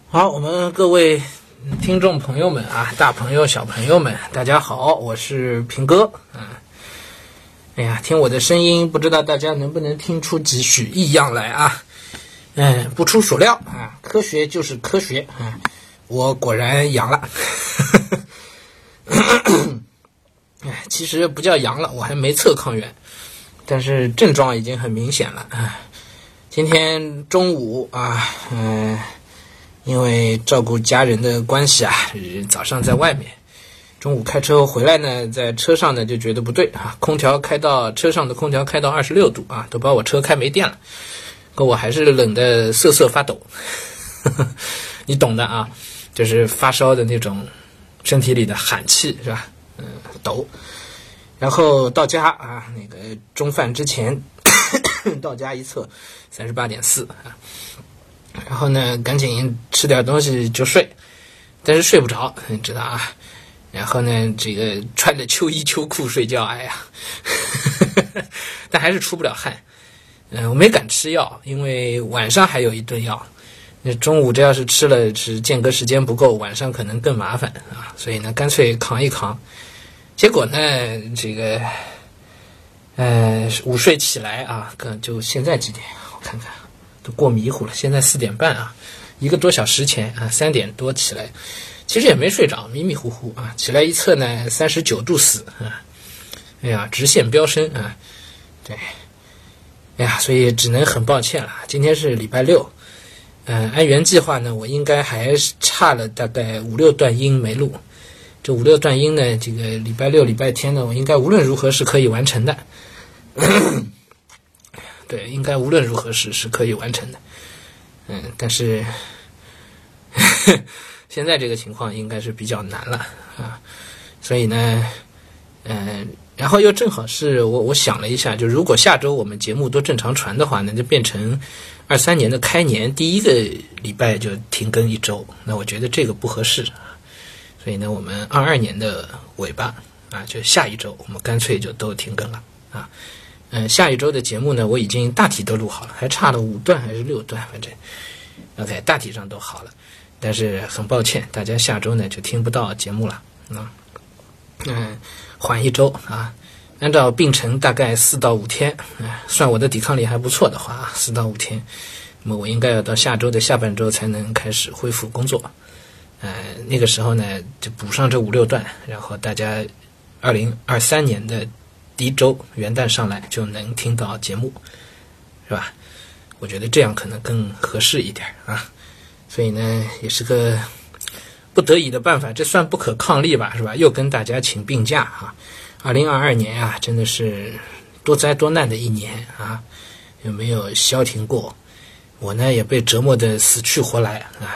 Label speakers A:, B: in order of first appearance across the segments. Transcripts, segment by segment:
A: 好，我们各位听众朋友们啊，大朋友小朋友们，大家好，我是平哥。哎呀，听我的声音，不知道大家能不能听出几许异样来啊？不出所料啊，科学就是科学啊，我果然阳了。其实不叫阳了，我还没测抗原，但是症状已经很明显了啊。今天中午啊，因为照顾家人的关系啊，早上在外面，中午开车回来呢，在车上呢就觉得不对啊，车上的空调开到26度啊，都把我车开没电了，可我还是冷得瑟瑟发抖。你懂的啊，就是发烧的那种身体里的寒气是吧？抖。然后到家啊，那个中饭之前到家一测38.4啊。然后呢，赶紧吃点东西就睡，但是睡不着，你知道啊。然后呢，这个穿着秋衣秋裤睡觉，哎呀，但还是出不了汗。我没敢吃药，因为晚上还有一顿药。那中午这要是吃了，是间隔时间不够，晚上可能更麻烦啊。所以呢，干脆扛一扛。结果呢，这个午睡起来啊，就现在几点？我看看。都过迷糊了，现在4点半啊，1个多小时前啊，3点多起来，其实也没睡着，迷迷糊糊啊，起来一测呢39度4啊，哎呀，直线飙升啊，对，哎呀，所以只能很抱歉了，今天是礼拜六，按原计划呢，我应该还差了大概5、6段音没录，这5、6段音呢，这个礼拜六、礼拜天呢，我应该无论如何是可以完成的。对，应该无论如何是可以完成的，但是现在这个情况应该是比较难了啊，所以呢，然后又正好是我想了一下，就如果下周我们节目都正常传的话，那就变成23年的开年第一个礼拜就停更1周，那我觉得这个不合适，所以呢，我们22年的尾巴啊，就下一周我们干脆就都停更了啊。下一周的节目呢，我已经大体都录好了，还差了5段还是6段，反正 OK 大体上都好了，但是很抱歉，大家下周呢就听不到节目了缓1周啊，按照病程大概4到5天，算我的抵抗力还不错的话，4到5天，那么我应该要到下周的下半周才能开始恢复工作，那个时候呢就补上这5、6段，然后大家2023年的第一周元旦上来就能听到节目，是吧？我觉得这样可能更合适一点啊。所以呢，也是个不得已的办法，这算不可抗力吧，是吧？又跟大家请病假啊。2022年啊，真的是多灾多难的一年啊，有没有消停过？我呢也被折磨得死去活来啊。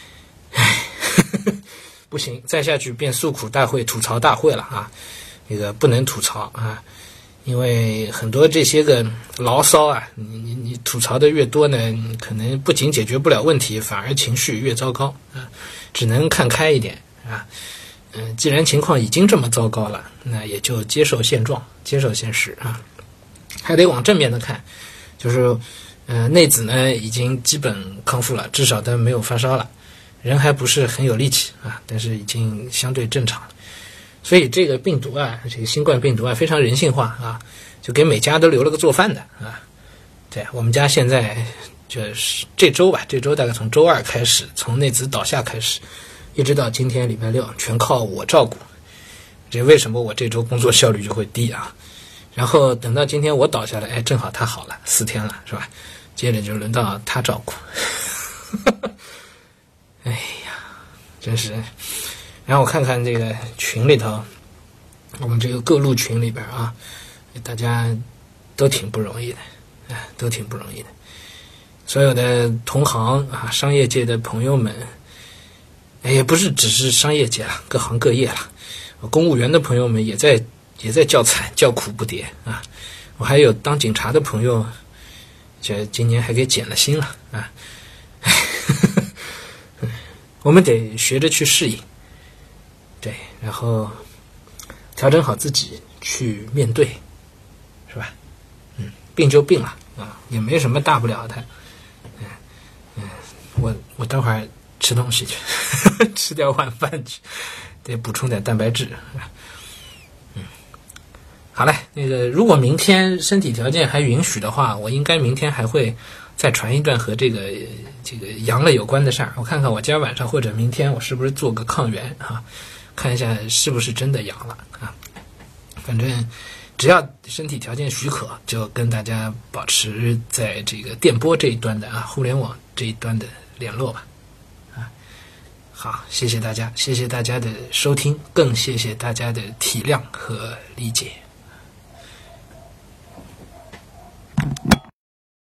A: 不行，再下去变诉苦大会、吐槽大会了啊。这个不能吐槽啊，因为很多这些个牢骚啊，你吐槽的越多呢，可能不仅解决不了问题，反而情绪越糟糕啊。只能看开一点啊。既然情况已经这么糟糕了，那也就接受现状，接受现实啊。还得往正面的看，就是内子呢已经基本康复了，至少他没有发烧了，人还不是很有力气啊，但是已经相对正常了。所以这个病毒啊，这个新冠病毒啊，非常人性化啊，就给每家都留了个做饭的啊。对，我们家现在就是这周大概从周2开始，从内子倒下开始，一直到今天礼拜6，全靠我照顾。这为什么我这周工作效率就会低啊？然后等到今天我倒下来，正好他好了，4天了，是吧？接着就轮到他照顾。哎呀，真是。然后我看看这个群里头，我们这个各路群里边啊，大家都挺不容易的，都挺不容易的。所有的同行啊，商业界的朋友们，也不是只是商业界了，各行各业了。公务员的朋友们也在叫惨叫苦不迭啊。我还有当警察的朋友，这今年还给减了薪了啊。我们得学着去适应。对，然后调整好自己去面对，是吧？病就病了啊，也没什么大不了的。我待会儿吃东西去，吃点晚饭去，得补充点蛋白质。好嘞，如果明天身体条件还允许的话，我应该明天还会再传一段和这个阳了有关的事儿。我看看我今儿晚上或者明天我是不是做个抗原啊，看一下是不是真的阳了啊。反正只要身体条件许可，就跟大家保持在这个电波这一端的互联网这一端的联络吧。好，谢谢大家，谢谢大家的收听，更谢谢大家的体谅和理解。